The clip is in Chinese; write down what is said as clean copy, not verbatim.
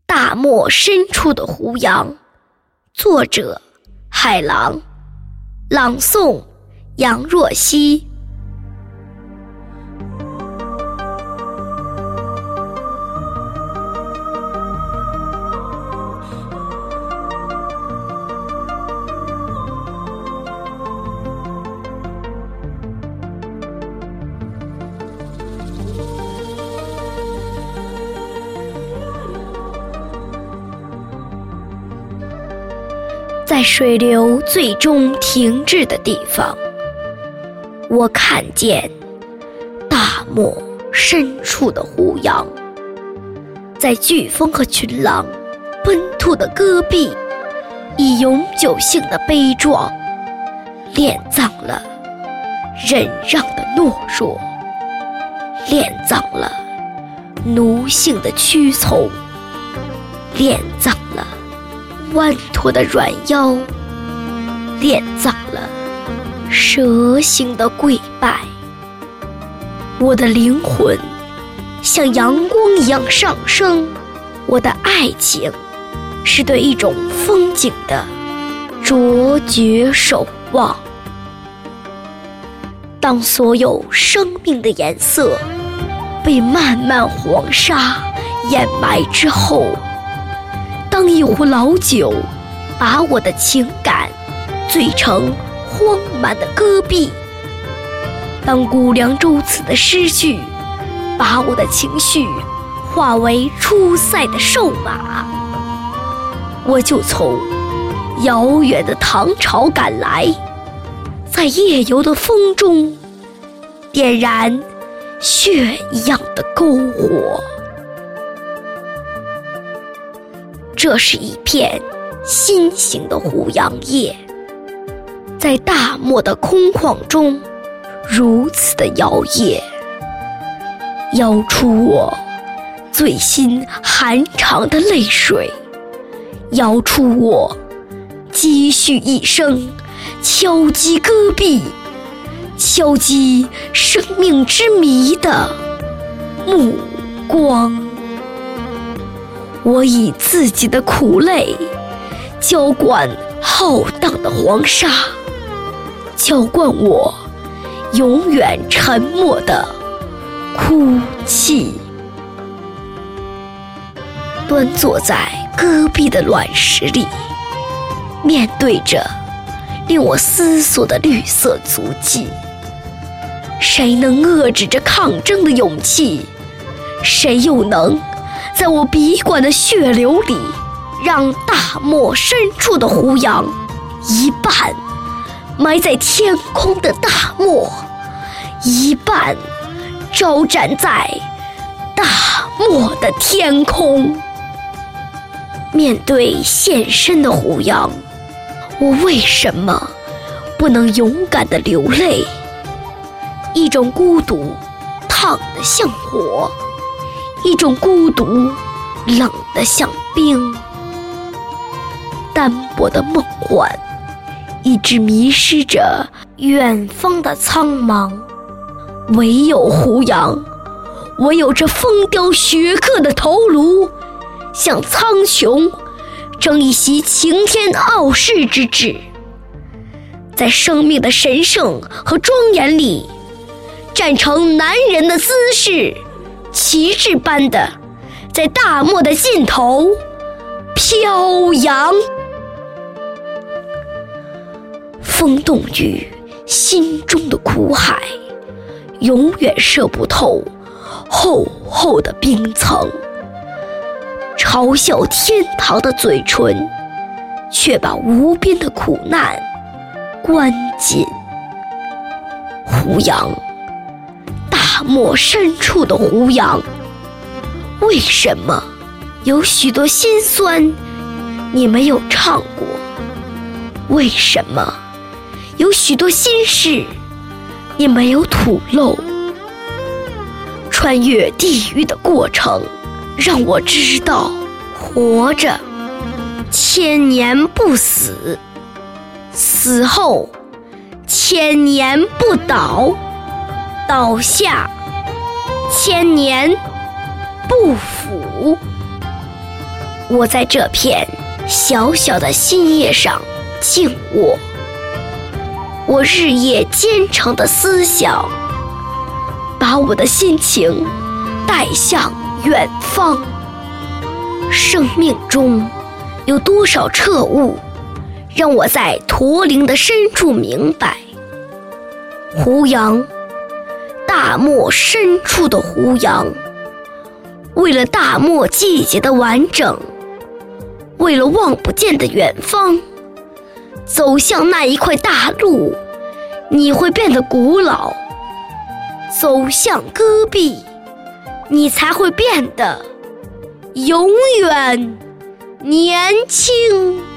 大漠深处的胡杨，作者海狼，朗诵杨若曦。在水流最终停滞的地方，我看见大漠深处的胡杨，在飓风和群狼奔突的戈壁，以永久性的悲壮殓葬了忍让的懦弱，殓葬了奴性的屈从，殓葬了弯驼的软腰，殓葬了蛇形的跪拜。我的灵魂像阳光一样上升，我的爱情是对一种风景的卓绝守望。当所有生命的颜色被漫漫黄沙掩埋之后，当一壶老酒把我的情感醉成荒蛮的戈壁，当估量周次的诗句把我的情绪化为出塞的瘦马，我就从遥远的唐朝赶来，在夜游的风中点燃血一样的篝火。这是一片新型的胡杨叶，在大漠的空旷中如此的摇曳，摇出我最心寒长的泪水，摇出我积蓄一生敲击戈壁，敲击生命之谜的目光。我以自己的苦泪浇灌浩荡的黄沙，浇灌我永远沉默的哭泣。端坐在戈壁的卵石里，面对着令我思索的绿色足迹，谁能遏制着抗争的勇气？谁又能在我笔管的血流里，让大漠深处的胡杨一半埋在天空的大漠，一半招展在大漠的天空？面对现身的胡杨，我为什么不能勇敢地流泪？一种孤独烫得像火，一种孤独冷得像冰。单薄的梦幻一直迷失着远方的苍茫，唯有胡杨，唯有这风雕雪刻的头颅，向苍穹争一席擎天傲世之志。在生命的神圣和庄严里，站成男人的姿势，旗帜般的在大漠的尽头飘扬。风冻于心中的苦海，永远射不透厚厚的冰层。嘲笑天堂的嘴唇，却把无边的苦难关紧。胡杨，大漠深处的胡杨，为什么有许多心酸你没有唱过？为什么有许多心事你没有吐露？穿越地狱的过程，让我知道活着千年不死，死后千年不倒，倒下千年不腐。 我在这片小小的新叶上静卧，我日夜兼程的思想，把我的心情带向远方。生命中有多少彻悟，让我在驼铃的深处明白，胡杨，大漠深处的胡杨，为了大漠季节的完整，为了望不见的远方，走向那一块大陆，你会变得古老；走向戈壁，你才会变得永远年轻。